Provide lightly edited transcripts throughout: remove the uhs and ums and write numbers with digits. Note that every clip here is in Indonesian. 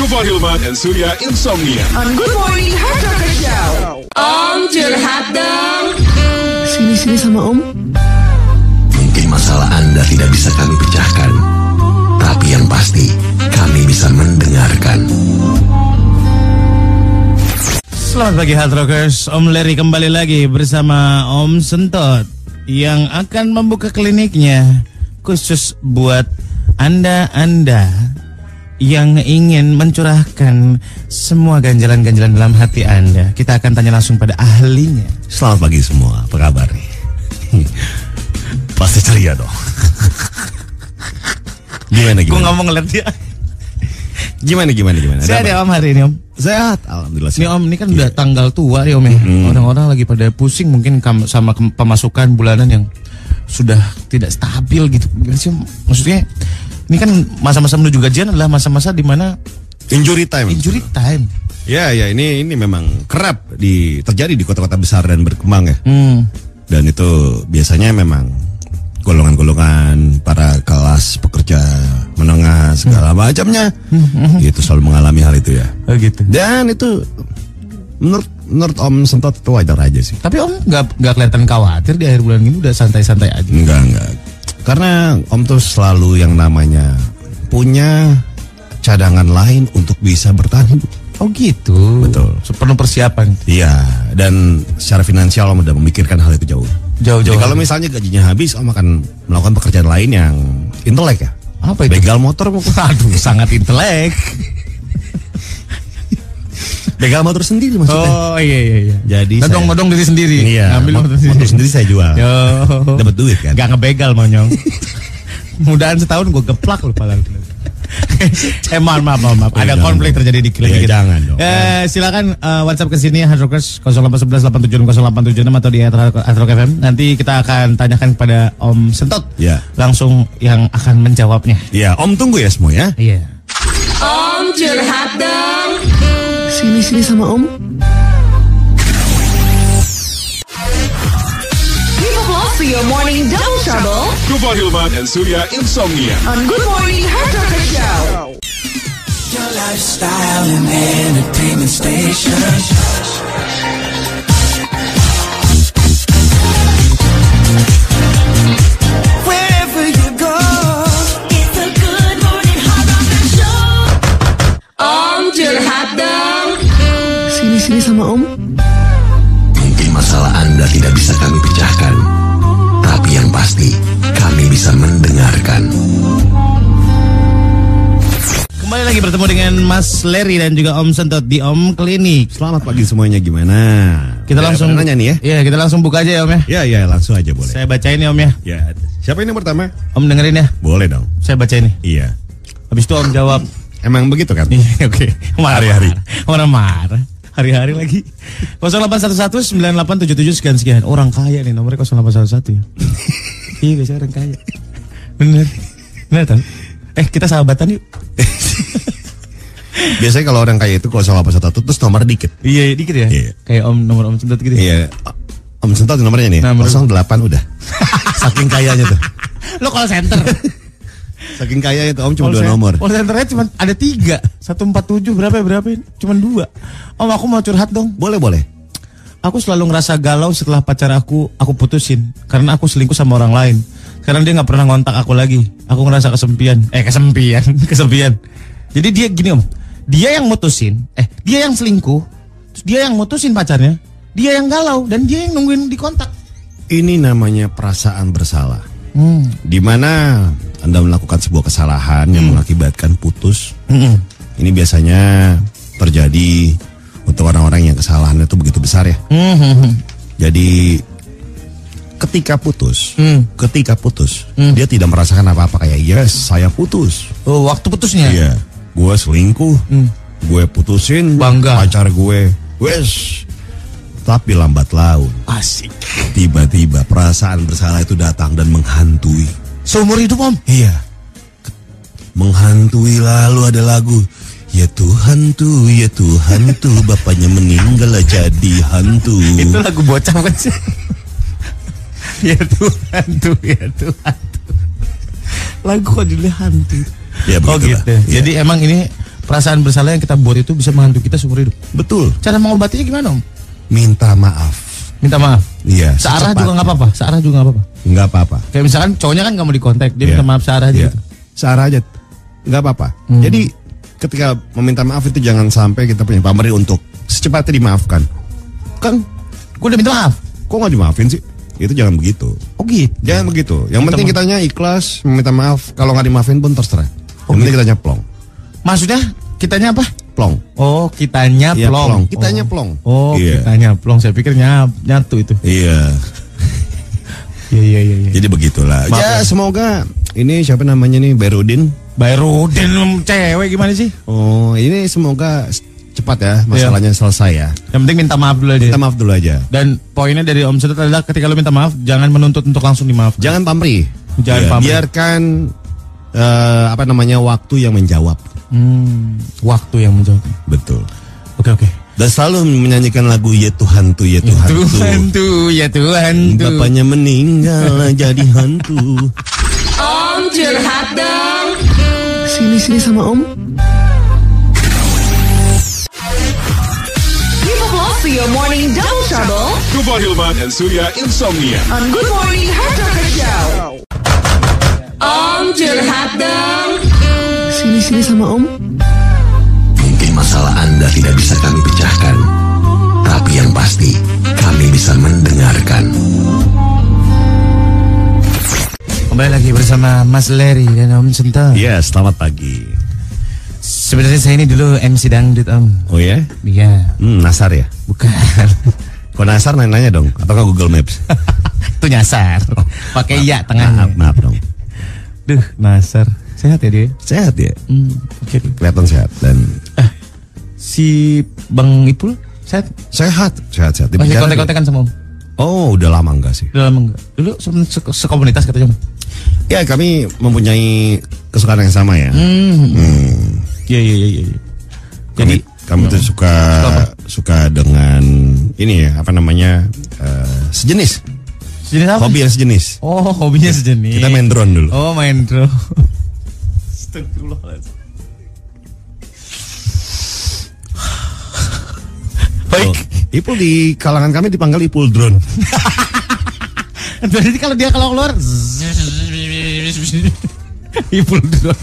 Gufar Hilman and Surya Insomnia On Good Morning Hard Rocker Show. Om curhat dong. Sini sama Om. Mungkin masalah Anda tidak bisa kami pecahkan, tapi yang pasti kami bisa mendengarkan. Selamat pagi Hard Rockers, Om Larry kembali lagi bersama Om Sentot yang akan membuka kliniknya khusus buat Anda yang ingin mencurahkan semua ganjalan-ganjalan dalam hati Anda. Kita akan tanya langsung pada ahlinya. Selamat pagi semua, apa kabar nih? Pasti ceria dong. Gimana? Gue gak mau ngeliat dia. Gimana? Sehat ya Om hari ini Om? Sehat, alhamdulillah. Ini Om, ini kan udah tanggal tua ya Om ya. Orang-orang lagi pada pusing mungkin sama pemasukan bulanan yang sudah tidak stabil gitu. Gimana sih Om? Maksudnya ini kan masa-masa menuju gajian adalah masa-masa di mana Injury time. Ya, ini memang kerap terjadi di kota-kota besar dan berkembang ya. Dan itu biasanya memang golongan-golongan para kelas pekerja menengah segala macamnya itu selalu mengalami hal itu ya. Oh gitu. Dan itu menurut Om Sentot itu wajar aja sih. Tapi Om nggak kelihatan khawatir di akhir bulan ini, udah santai-santai aja. Enggak. Karena Om tuh selalu yang namanya punya cadangan lain untuk bisa bertahan hidup. Oh gitu. Betul. Penuh persiapan. Iya. Dan secara finansial Om udah memikirkan hal itu jauh. Jadi kalau misalnya gajinya habis, Om akan melakukan pekerjaan lain yang intelek ya. Apa itu? Begal motor. Aduh, sangat intelek. Begal motor sendiri maksudnya. Oh iya. Jadi nodong diri sendiri. Iya. Ngambil motor sendiri saya jual. Yo. Dapat duit kan? Gak ngebegal monyong. Mudahan setahun gue geplak lu paling. Maaf. Ada konflik terjadi di klinik. Jangan dong. Silakan WhatsApp ke sini Hard Rockers 0811 876 0876 atau di Hard Rock FM. Nanti kita akan tanyakan kepada Om Sentot. Ya. Langsung yang akan menjawabnya. Iya, Om tunggu ya semua ya. Iya. Om curhat dong. Sini sama Om. Give applause to your morning double trouble Gufar Hilman and Surya Insomnia on Good Morning Hard Rocker Show. Your lifestyle and entertainment station. Wherever you go, It's a Good Morning Hard Rocker Show. Om curhat dong. Sini sama Om. Mungkin masalah Anda tidak bisa kami pecahkan, tapi yang pasti kami bisa mendengarkan. Kembali lagi bertemu dengan Mas Larry dan juga Om Sentot di Om Klinik. Selamat pagi semuanya, gimana? Kita langsung nanya nih ya. Iya, kita langsung buka aja ya Om ya. Ya, langsung aja boleh. Saya bacain ya Om ya. Ya, siapa ini yang pertama? Om dengerin ya. Boleh dong. Saya bacain nih. Iya. Habis itu Om jawab. Emang begitu kan? Iya, oke. Hari-hari. Orang marah. Hari-hari lagi. 0811-9877 sekian. Orang kaya nih nomornya 0811 ya. Iya, biasanya orang kaya. Bener kan? Kita sahabatan yuk. Biasanya kalau orang kaya itu kalau 0811 terus nomor dikit. Iya, dikit ya. Iya. Kayak nomor Om Sentot gitu. Iya. Om Sentot nomornya nih. Nomor 08 udah. Saking kayanya tuh. Lo call center. Saking kaya itu Om cuma 2 nomor. Call centernya cuma ada 3. 147 berapa ini? Cuma 2. Om, aku mau curhat dong. Boleh. Aku selalu ngerasa galau setelah pacar aku putusin karena aku selingkuh sama orang lain. Sekarang dia nggak pernah ngontak aku lagi. Aku ngerasa kesepian. Jadi dia gini Om, dia yang mutusin, dia yang selingkuh, terus dia yang mutusin pacarnya, dia yang galau dan dia yang nungguin di kontak. Ini namanya perasaan bersalah. Dimana Anda melakukan sebuah kesalahan yang mengakibatkan putus. Ini biasanya terjadi untuk orang-orang yang kesalahannya itu begitu besar ya. Jadi ketika putus, dia tidak merasakan apa-apa kayak yes saya putus. Oh, waktu putusnya? Iya, gue selingkuh, gue putusin Bangga. pacar gue, wes. Tapi lambat laun, Asik. tiba-tiba perasaan bersalah itu datang dan menghantui. Seumur hidup Om? Iya, menghantui. Lalu ada lagu, ya Tuhan tuh bapaknya meninggal jadi hantu. Itu lagu bocah kan sih? Ya Tuhan tuh. Lagu kok judulnya hantu. Ya Oh begitulah. gitu. Ya. Jadi emang ini perasaan bersalah yang kita buat itu bisa menghantui kita seumur hidup. Betul. Cara mengobatinya gimana, Om? Minta maaf. Minta maaf. Iya. Searah juga nggak apa-apa. Searah juga nggak apa-apa. Nggak apa-apa. Kayak misalkan cowoknya kan nggak mau dikontak, dia minta maaf searah aja. Iya. Gitu. Searah aja. Nggak apa-apa. Jadi ketika meminta maaf itu jangan sampai kita punya pamrih untuk secepatnya dimaafkan. Kan, Gue udah minta maaf. kok nggak dimaafin sih? Itu jangan begitu. Oh gitu. Jangan begitu. Yang Minta penting maaf. kitanya ikhlas meminta maaf. Kalau nggak dimaafin pun terserah. Yang penting kitanya plong. Maksudnya kitanya apa? Plong. Oh, kitanya Iya, plong. Kitanya Oh. plong. Oh, Iya. kitanya plong. Saya pikir nyatu itu. Iya. Iya. Jadi begitulah. Maaf Ya ya. semoga ini siapa namanya nih Bairudin. Bairudin cewek gimana sih? Oh ini semoga cepat ya masalahnya selesai ya. Yang penting minta maaf dulu aja. Minta maaf dulu aja. Dan poinnya dari Om Sudut adalah ketika lu minta maaf, jangan menuntut untuk langsung dimaafkan. Jangan pamrih. Jangan Ya, pamrih. Biarkan waktu yang menjawab. Waktu yang menjawab. Betul. Oke. Dan selalu menyanyikan lagu Ya Tuhan tuh, Ya Tuhan, tuh. Ya Tuhan tuh. Bapaknya meninggal jadi hantu. Om curhat dong. Sini sama Om. Keep up close to your morning double trouble Kufa Hilman and Surya Insomnia. on Good Morning Hard Rocker Show. Om curhat dong. Sini sama Om. Mungkin masalah Anda tidak bisa kami pecahkan, tapi yang pasti kami bisa mendengarkan. Kembali lagi bersama Mas Larry dan Om Sento. Ya, selamat pagi. Sebenarnya saya ini dulu MC dangdut, Om. Oh ya? Iya. Nasar ya? Bukan. Kok Nasar nanya dong? Atau Google Maps? Itu nyasar. Pakai ya tengahnya. Maaf dong. Duh, Nasar. Sehat ya dia? Sehat ya? Oke. Kelihatan sehat dan Si Bang Ipul sehat? sehat. Sehat. Masih Dibicara kontak-kontakan sama Om? Oh, udah lama enggak sih? Udah lama enggak? Dulu sekomunitas katanya, Om. Ya, kami mempunyai kesukaan yang sama ya. Iya. Jadi kami tuh suka dengan ini ya, apa namanya? Sejenis. Sejenis apa? Hobi yang sejenis. Oh, hobinya sejenis. Kita main drone dulu. Oh, main drone. Astagfirullahaladzim. Baik. Ipul di kalangan kami dipanggil Ipul drone. Berarti kalau dia keluar Ipul drone.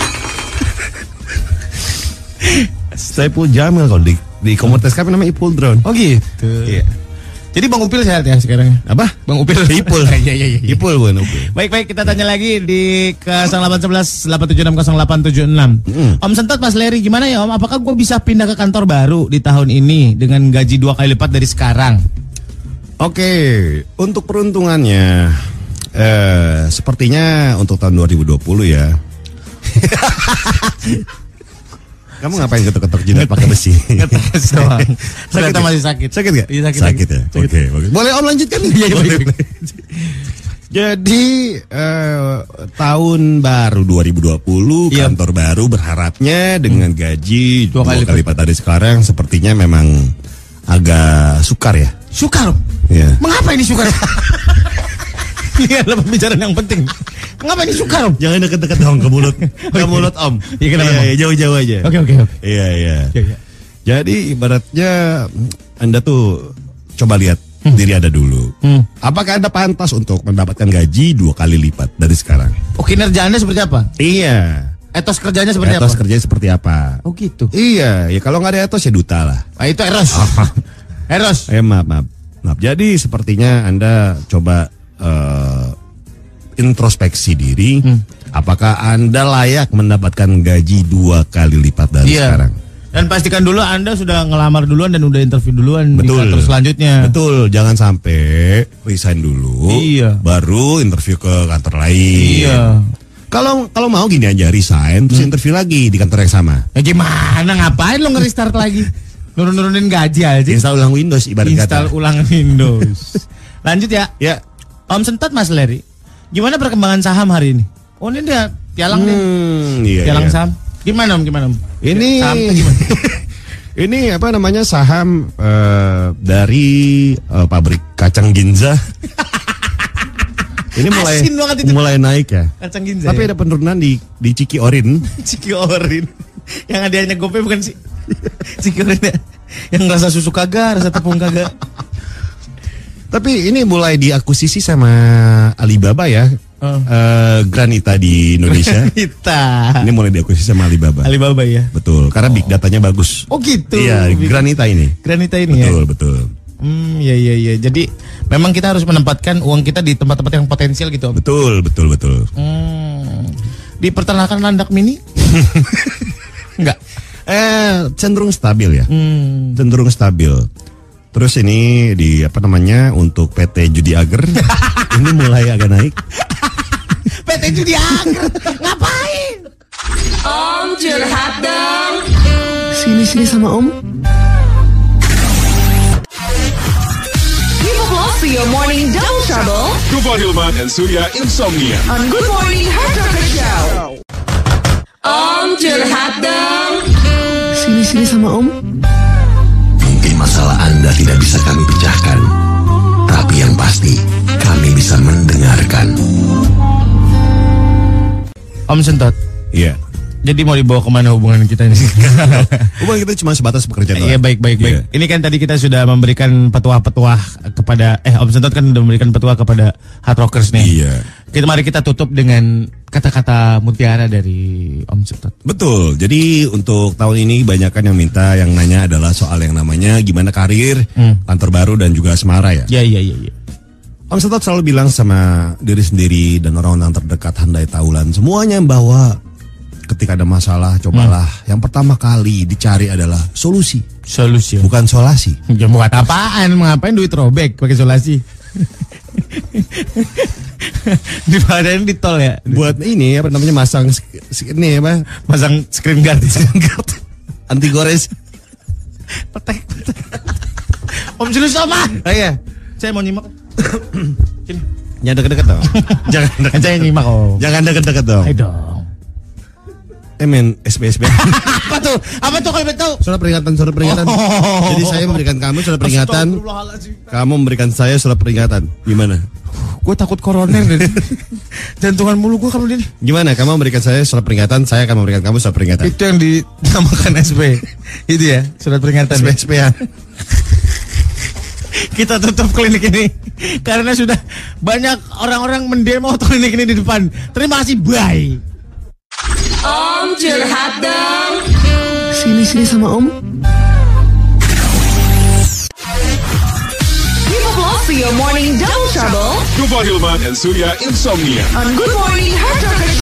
Saya Ipul Jamil kalau di komunitas kami namanya Ipul drone. Oh gitu. Iya. Jadi Bang Upil sehat ya sekarang? Apa? Bang Upil. Ipul. Iya. Ipul bukan Upil. Baik, kita tanya lagi di ke 0811 876 0876. Om Sentot, Mas Larry, gimana ya Om? Apakah gue bisa pindah ke kantor baru di tahun ini dengan gaji 2 kali lipat dari sekarang? Oke, untuk peruntungannya sepertinya untuk tahun 2020 ya. Kamu ngapain ketok-ketok jidat pakai besi? Ngetes doang. Ternyata ya? masih sakit. Sakit gak? Iya, sakit. Sakit ya? Oke. Boleh Om lanjutkan? Iya. Jadi tahun baru 2020 Iya. kantor baru berharapnya dengan gaji Dua 2 kali kali lipat dari sekarang sepertinya memang agak sukar ya. Sukar Om? Iya. Mengapa ini sukar? Ini adalah pembicaraan yang penting. Mengapa ini sukar Om? Jangan deket-deket dong ke mulut, ke mulut Om. Iya, kenapa, Om? jauh-jauh aja. Oke. Iya. Iya. Jadi ibaratnya Anda tuh coba lihat diri Anda dulu. Apakah Anda pantas untuk mendapatkan gaji 2 kali lipat dari sekarang? Oh, kinerja Anda seperti apa? Iya. Etos kerjanya seperti Etos apa? kerjanya seperti apa? Oh gitu. Iya, ya kalau nggak ada etos ya duta lah. Itu Eros. Eros. Maaf. Jadi sepertinya Anda coba introspeksi diri. Apakah Anda layak mendapatkan gaji 2 kali lipat dari sekarang? Dan pastikan dulu Anda sudah ngelamar duluan dan udah interview duluan di Betul. kantor selanjutnya. Betul, jangan sampai resign dulu. Iya. Baru interview ke kantor lain. Iya. Kalau mau gini aja resign terus interview lagi di kantor yang sama. Ya gimana, ngapain lo nge-restart lagi? Nurunin gaji aja. Install ulang Windows ibarat Install kata. ulang Windows. Lanjut ya. Ya. Om Sentot, Mas Larry, gimana perkembangan saham hari ini? Oh ini dia tialang nih. Iya, Tialang iya. saham. Gimana Om? Ini Saham tuh gimana? ini apa namanya saham dari pabrik kacang Ginza. Ini Asin banget itu. mulai naik ya. Kacang Ginza. Tapi ya? ada penurunan di Ciki Orin. Ciki Orin. Yang hadiahnya GoPay bukan si Kiorin ya. Yang ngerasa susu kagak, rasa tepung kagak. Tapi ini mulai diakuisisi sama Alibaba ya. Granita di Indonesia. Granita. Ini mulai diakuisisi sama Alibaba. Alibaba ya. Betul, karena big datanya bagus. Oh gitu. Iya, Granita ini. Granita ini ya. Betul. Iya. Jadi memang kita harus menempatkan uang kita di tempat-tempat yang potensial gitu. Betul. Di peternakan landak mini? Enggak. Cenderung stabil ya. Cenderung stabil. Terus ini untuk PT Judi Ager ini mulai agak naik. PT Judi Ager ngapain? Om curhat dong. Sini sama Om. Keep up lost to your morning double trouble Gopal Hilman dan Surya Insomnia. on Good Morning Hard Rocker Show. Om curhat dong. Sini sama Om. Mungkin masalah Anda tidak bisa kami pecahkan, tapi yang pasti kami bisa mendengarkan. Om Sentot. Iya. Jadi mau dibawa kemana hubungan kita ini? Hubungan kita cuma sebatas pekerjaan. Iya baik. Iya. Ini kan tadi kita sudah memberikan petuah-petuah kepada Om Sentot kan sudah memberikan petuah kepada Hard Rockers nih. Iya. Mari kita tutup dengan kata-kata mutiara dari Om Sentot. Betul. Jadi untuk tahun ini banyakan yang nanya adalah soal yang namanya gimana karir, kantor baru dan juga asmara ya. Iya. Om Sentot selalu bilang sama diri sendiri dan orang-orang terdekat handai taulan semuanya bahwa ketika ada masalah cobalah yang pertama kali dicari adalah solusi, bukan solasi. Ya buat apaan? Ngapain duit robek pakai solasi? Di badan di tol ya. Buat ini masang Masang screen guard. Anti gores. Petek. Om Julus sama. Iya. Saya mau nyimak. Sini. Jangan deket-deket dong. Jangan deket. Kan saya nyimak Om. Jangan deket-deket dong. Ayo dong. Men SBSB. Apa tuh kalau betul? Surat peringatan. Jadi saya memberikan kamu surat peringatan. Kamu memberikan saya surat peringatan. Gimana? Gue takut koroner deh. Jantungan mulu gue kalau ini. Gimana? Kamu memberikan saya surat peringatan, saya akan memberikan kamu surat peringatan. Itu yang dinamakan SP. Itu ya, surat peringatan. SBSB ya. Kita tutup klinik ini karena sudah banyak orang-orang mendemo klinik ini di depan. Terima kasih, bye. Om curhat dong. Sini sama Om. Keep up lost to your morning double trouble Gopal Hilman dan Surya Insomnia. on Good Morning Hard Rocker